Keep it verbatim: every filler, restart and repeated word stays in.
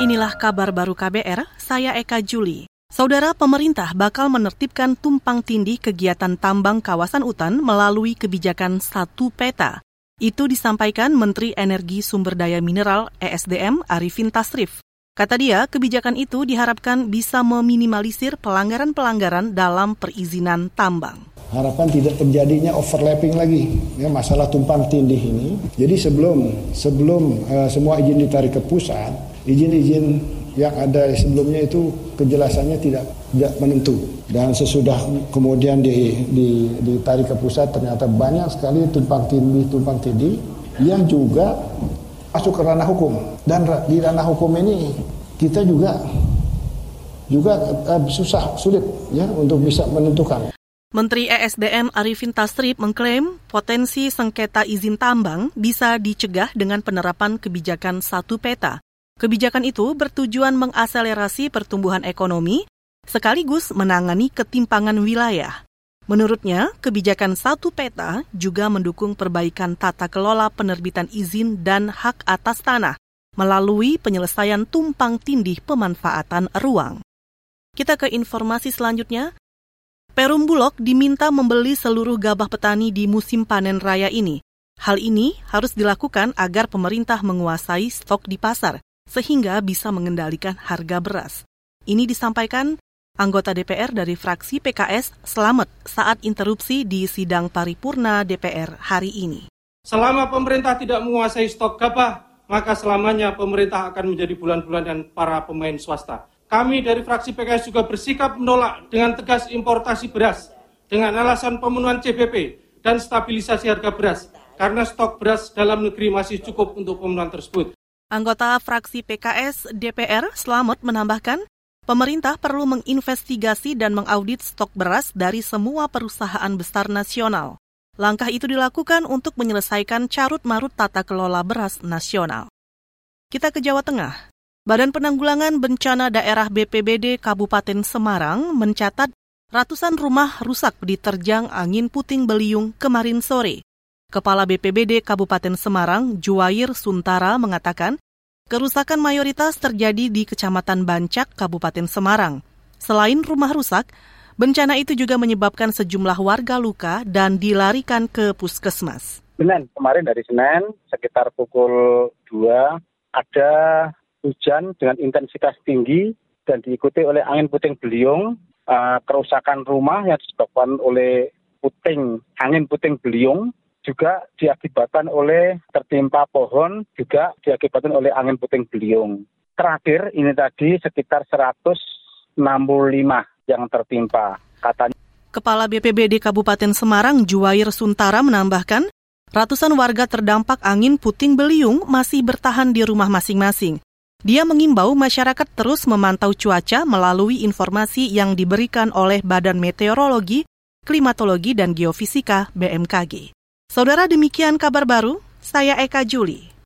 Inilah kabar baru K B R, saya Eka Juli. Saudara, pemerintah bakal menertibkan tumpang tindih kegiatan tambang kawasan hutan melalui kebijakan satu peta. Itu disampaikan Menteri Energi Sumber Daya Mineral E S D M Arifin Tasrif. Kata dia, kebijakan itu diharapkan bisa meminimalisir pelanggaran-pelanggaran dalam perizinan tambang. Harapan tidak terjadinya overlapping lagi, ya, masalah tumpang tindih ini. Jadi sebelum sebelum uh, semua izin ditarik ke pusat, izin-izin yang ada sebelumnya itu kejelasannya tidak tidak menentu. Dan sesudah kemudian di, di, ditarik ke pusat, ternyata banyak sekali tumpang tindih tumpang tindih yang juga masuk ke ranah hukum. Dan di ranah hukum ini kita juga juga uh, susah sulit ya untuk bisa menentukan. Menteri E S D M Arifin Tasrif mengklaim potensi sengketa izin tambang bisa dicegah dengan penerapan kebijakan satu peta. Kebijakan itu bertujuan mengakselerasi pertumbuhan ekonomi sekaligus menangani ketimpangan wilayah. Menurutnya, kebijakan satu peta juga mendukung perbaikan tata kelola penerbitan izin dan hak atas tanah melalui penyelesaian tumpang tindih pemanfaatan ruang. Kita ke informasi selanjutnya. Perum Bulog diminta membeli seluruh gabah petani di musim panen raya ini. Hal ini harus dilakukan agar pemerintah menguasai stok di pasar, sehingga bisa mengendalikan harga beras. Ini disampaikan anggota D P R dari fraksi P K S Slamet saat interupsi di sidang paripurna D P R hari ini. Selama pemerintah tidak menguasai stok gabah, maka selamanya pemerintah akan menjadi bulan-bulanan para pemain swasta. Kami dari fraksi P K S juga bersikap menolak dengan tegas importasi beras dengan alasan pemenuhan C B P dan stabilisasi harga beras karena stok beras dalam negeri masih cukup untuk pemenuhan tersebut. Anggota fraksi P K S D P R Slamet menambahkan, pemerintah perlu menginvestigasi dan mengaudit stok beras dari semua perusahaan besar nasional. Langkah itu dilakukan untuk menyelesaikan carut-marut tata kelola beras nasional. Kita ke Jawa Tengah. Badan Penanggulangan Bencana Daerah B P B D Kabupaten Semarang mencatat ratusan rumah rusak diterjang angin puting beliung kemarin sore. Kepala B P B D Kabupaten Semarang, Juwair Suntara, mengatakan kerusakan mayoritas terjadi di Kecamatan Bancak, Kabupaten Semarang. Selain rumah rusak, bencana itu juga menyebabkan sejumlah warga luka dan dilarikan ke puskesmas. Senin, kemarin dari Senin, sekitar pukul dua, ada hujan dengan intensitas tinggi dan diikuti oleh angin puting beliung, uh, kerusakan rumah yang disebabkan oleh puting, angin puting beliung, juga diakibatkan oleh tertimpa pohon, juga diakibatkan oleh angin puting beliung. Terakhir ini tadi sekitar seratus enam puluh lima yang tertimpa, katanya. Kepala B P B D Kabupaten Semarang, Juwair Suntara, menambahkan ratusan warga terdampak angin puting beliung masih bertahan di rumah masing-masing. Dia mengimbau masyarakat terus memantau cuaca melalui informasi yang diberikan oleh Badan Meteorologi, Klimatologi, dan Geofisika B M K G. Saudara, demikian kabar baru, saya Eka Juli.